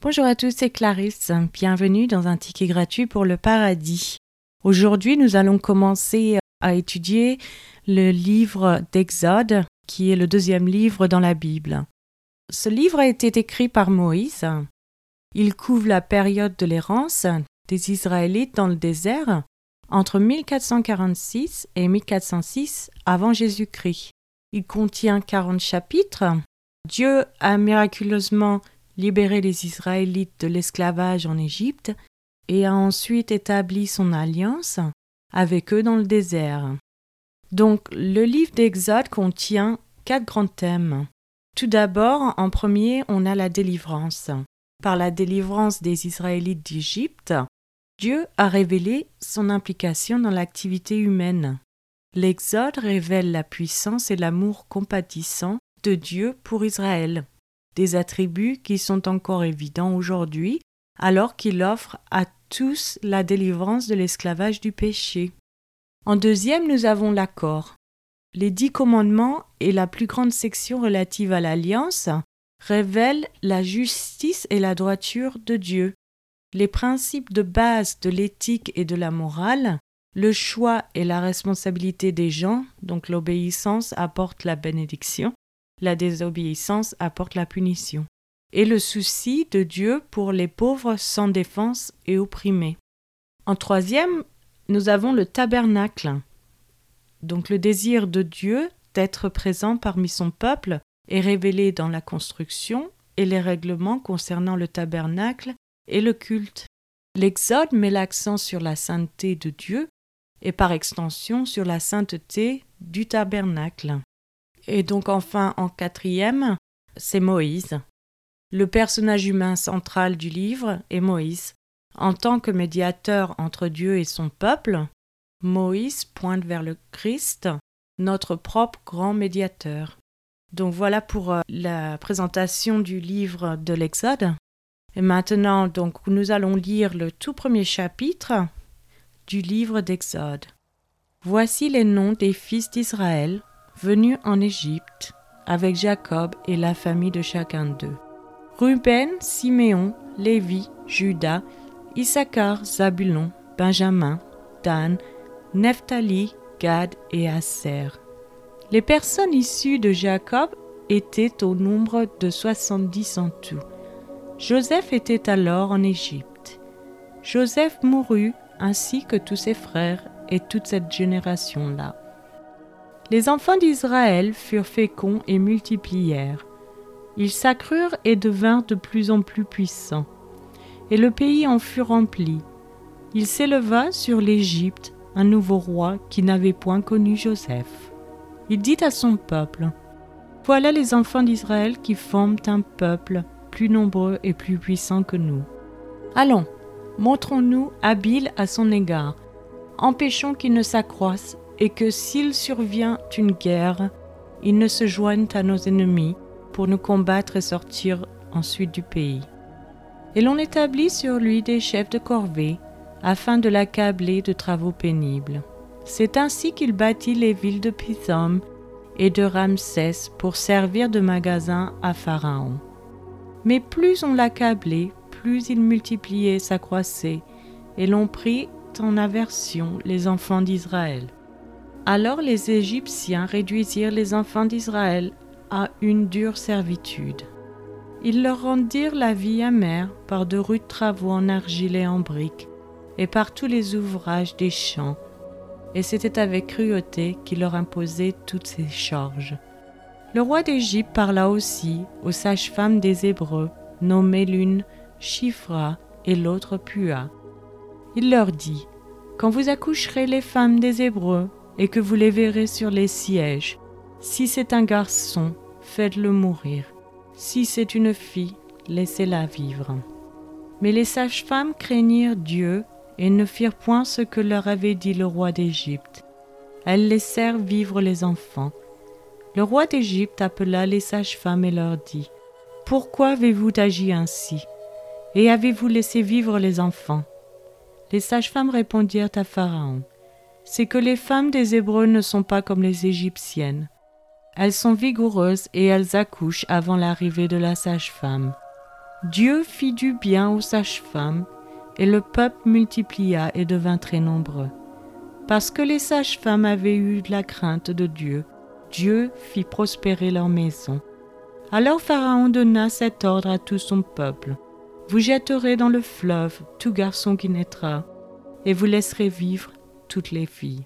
Bonjour à tous, c'est Clarisse. Bienvenue dans un ticket gratuit pour le paradis. Aujourd'hui, nous allons commencer à étudier le livre d'Exode, qui est le deuxième livre dans la Bible. Ce livre a été écrit par Moïse. Il couvre la période de l'errance des Israélites dans le désert entre 1446 et 1406 avant Jésus-Christ. Il contient 40 chapitres. Dieu a miraculeusement libéré les Israélites de l'esclavage en Égypte et a ensuite établi son alliance avec eux dans le désert. Donc, le livre d'Exode contient 4 grands thèmes. Tout d'abord, en premier, on a la délivrance. Par la délivrance des Israélites d'Égypte, Dieu a révélé son implication dans l'activité humaine. L'Exode révèle la puissance et l'amour compatissant de Dieu pour Israël, des attributs qui sont encore évidents aujourd'hui, alors qu'il offre à tous la délivrance de l'esclavage du péché. En deuxième, nous avons l'accord. Les 10 commandements et la plus grande section relative à l'alliance révèlent la justice et la droiture de Dieu, les principes de base de l'éthique et de la morale, le choix et la responsabilité des gens, donc l'obéissance apporte la bénédiction, la désobéissance apporte la punition, et le souci de Dieu pour les pauvres sans défense et opprimés. En troisième, nous avons le tabernacle, donc le désir de Dieu d'être présent parmi son peuple est révélé dans la construction et les règlements concernant le tabernacle et le culte. L'Exode met l'accent sur la sainteté de Dieu et par extension sur la sainteté du tabernacle. Et donc enfin, en quatrième, c'est Moïse. Le personnage humain central du livre est Moïse. En tant que médiateur entre Dieu et son peuple, Moïse pointe vers le Christ, notre propre grand médiateur. Donc voilà pour la présentation du livre de l'Exode. Et maintenant, donc, nous allons lire le tout premier chapitre du livre d'Exode. Voici les noms des fils d'Israël venus en Égypte avec Jacob et la famille de chacun d'eux. Ruben, Siméon, Lévi, Juda, Issachar, Zabulon, Benjamin, Dan, Nephtali, Gad et Aser. Les personnes issues de Jacob étaient au nombre de 70 en tout. Joseph était alors en Égypte. Joseph mourut ainsi que tous ses frères et toute cette génération-là. Les enfants d'Israël furent féconds et multiplièrent. Ils s'accrurent et devinrent de plus en plus puissants. Et le pays en fut rempli. Il s'éleva sur l'Égypte un nouveau roi qui n'avait point connu Joseph. Il dit à son peuple : Voilà les enfants d'Israël qui forment un peuple plus nombreux et plus puissant que nous. Allons, montrons-nous habiles à son égard. Empêchons qu'il ne s'accroisse et que s'il survient une guerre, il ne se joigne à nos ennemis pour nous combattre et sortir ensuite du pays. Et l'on établit sur lui des chefs de corvée, afin de l'accabler de travaux pénibles. C'est ainsi qu'il bâtit les villes de Pithom et de Ramsès pour servir de magasin à Pharaon. Mais plus on l'accablait, plus il multipliait et s'accroissait, et l'on prit en aversion les enfants d'Israël. Alors les Égyptiens réduisirent les enfants d'Israël à une dure servitude. Ils leur rendirent la vie amère par de rudes travaux en argile et en briques, et par tous les ouvrages des champs, et c'était avec cruauté qu'il leur imposait toutes ces charges. Le roi d'Égypte parla aussi aux sages-femmes des Hébreux, nommées l'une Shifra et l'autre Pua. Il leur dit : Quand vous accoucherez les femmes des Hébreux, et que vous les verrez sur les sièges, si c'est un garçon, faites-le mourir. Si c'est une fille, laissez-la vivre. Mais les sages-femmes craignirent Dieu et ne firent point ce que leur avait dit le roi d'Égypte. Elles laissèrent vivre les enfants. Le roi d'Égypte appela les sages-femmes et leur dit : Pourquoi avez-vous agi ainsi ? Et avez-vous laissé vivre les enfants ? Les sages-femmes répondirent à Pharaon : C'est que les femmes des Hébreux ne sont pas comme les Égyptiennes. Elles sont vigoureuses et elles accouchent avant l'arrivée de la sage-femme. Dieu fit du bien aux sages-femmes, et le peuple multiplia et devint très nombreux. Parce que les sages-femmes avaient eu la crainte de Dieu, Dieu fit prospérer leur maison. Alors Pharaon donna cet ordre à tout son peuple. Vous jetterez dans le fleuve tout garçon qui naîtra, et vous laisserez vivre toutes les filles.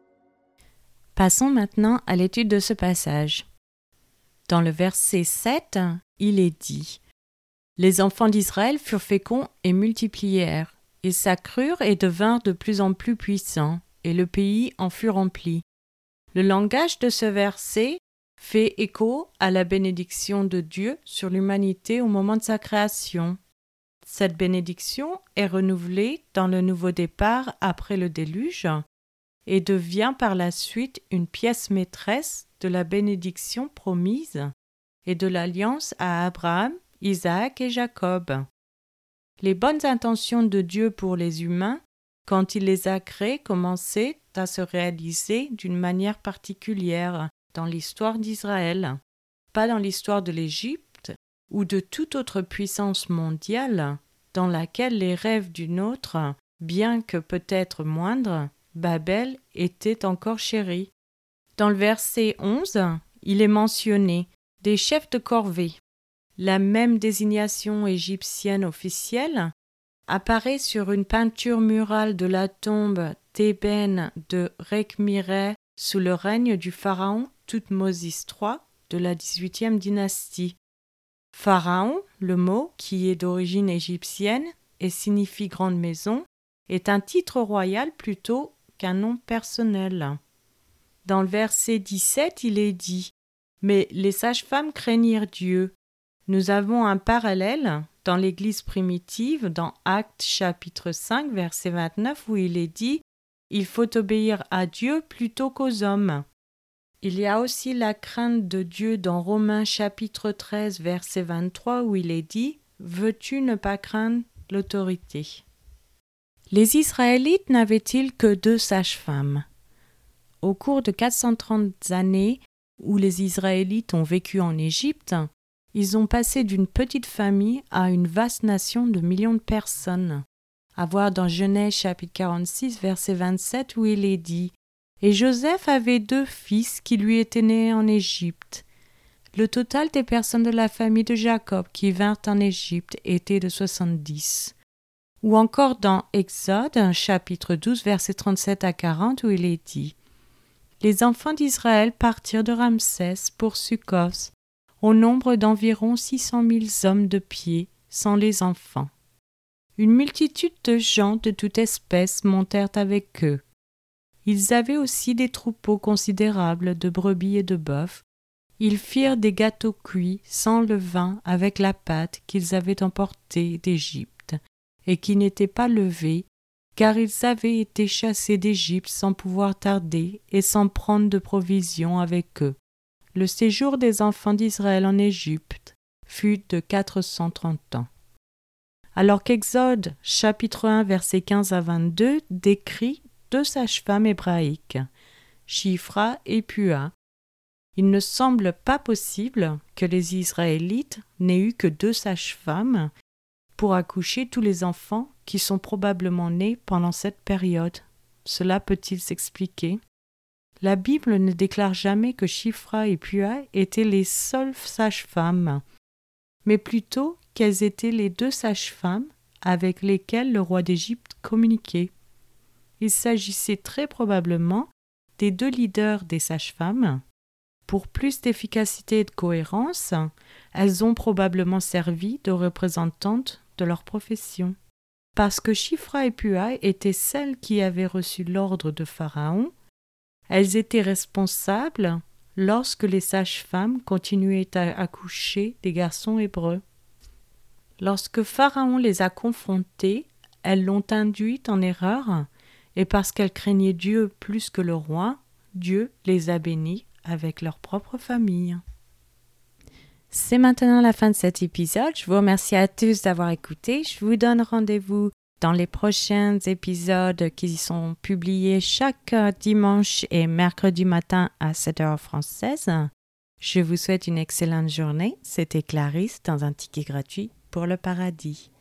Passons maintenant à l'étude de ce passage. Dans le verset 7, il est dit « Les enfants d'Israël furent féconds et multiplièrent, ils s'accrurent et devinrent de plus en plus puissants, et le pays en fut rempli. » Le langage de ce verset fait écho à la bénédiction de Dieu sur l'humanité au moment de sa création. Cette bénédiction est renouvelée dans le nouveau départ après le déluge et devient par la suite une pièce maîtresse de la bénédiction promise et de l'alliance à Abraham, Isaac et Jacob. Les bonnes intentions de Dieu pour les humains, quand il les a créés, commençaient à se réaliser d'une manière particulière dans l'histoire d'Israël, pas dans l'histoire de l'Égypte ou de toute autre puissance mondiale dans laquelle les rêves d'une autre, bien que peut-être moindre, Babel, étaient encore chéris. Dans le verset 11, il est mentionné des chefs de corvée. La même désignation égyptienne officielle apparaît sur une peinture murale de la tombe thébaine de Rekhmireh sous le règne du pharaon Thoutmôsis III de la 18e dynastie. Pharaon, le mot, qui est d'origine égyptienne et signifie grande maison, est un titre royal plutôt qu'un nom personnel. Dans le verset 17, il est dit « Mais les sages-femmes craignirent Dieu ». Nous avons un parallèle dans l'Église primitive, dans Actes chapitre 5, verset 29, où il est dit « Il faut obéir à Dieu plutôt qu'aux hommes ». Il y a aussi la crainte de Dieu dans Romains chapitre 13, verset 23, où il est dit « Veux-tu ne pas craindre l'autorité ?» Les Israélites n'avaient-ils que 2 sages-femmes? Au cours de 430 années où les Israélites ont vécu en Égypte, ils ont passé d'une petite famille à une vaste nation de millions de personnes. À voir dans Genèse chapitre 46, verset 27, où il est dit « Et Joseph avait 2 fils qui lui étaient nés en Égypte. Le total des personnes de la famille de Jacob qui vinrent en Égypte était de 70. » Ou encore dans Exode, chapitre 12, versets 37 à 40, où il est dit « Les enfants d'Israël partirent de Ramsès pour Sukkos, au nombre d'environ 600 000 hommes de pied, sans les enfants. Une multitude de gens de toute espèce montèrent avec eux. Ils avaient aussi des troupeaux considérables de brebis et de bœufs. Ils firent des gâteaux cuits sans levain avec la pâte qu'ils avaient emportée d'Égypte et qui n'était pas levée, car ils avaient été chassés d'Égypte sans pouvoir tarder et sans prendre de provisions avec eux. Le séjour des enfants d'Israël en Égypte fut de 430 ans. » Alors qu'Exode, chapitre 1, versets 15 à 22, décrit 2 sages-femmes hébraïques, Shifra et Pua, il ne semble pas possible que les Israélites n'aient eu que 2 sages-femmes pour accoucher tous les enfants qui sont probablement nés pendant cette période. Cela peut-il s'expliquer? La Bible ne déclare jamais que Shifra et Pua étaient les seules sages-femmes, mais plutôt qu'elles étaient les 2 sages-femmes avec lesquelles le roi d'Égypte communiquait. Il s'agissait très probablement des 2 leaders des sages-femmes. Pour plus d'efficacité et de cohérence, elles ont probablement servi de représentantes de leur profession. Parce que Shifra et Pua étaient celles qui avaient reçu l'ordre de Pharaon, elles étaient responsables lorsque les sages-femmes continuaient à accoucher des garçons hébreux. Lorsque Pharaon les a confrontées, elles l'ont induite en erreur, et parce qu'elles craignaient Dieu plus que le roi, Dieu les a bénies avec leur propre famille. C'est maintenant la fin de cet épisode. Je vous remercie à tous d'avoir écouté. Je vous donne rendez-vous dans les prochains épisodes qui sont publiés chaque dimanche et mercredi matin à 7h française. Je vous souhaite une excellente journée. C'était Clarisse dans un ticket gratuit pour le paradis.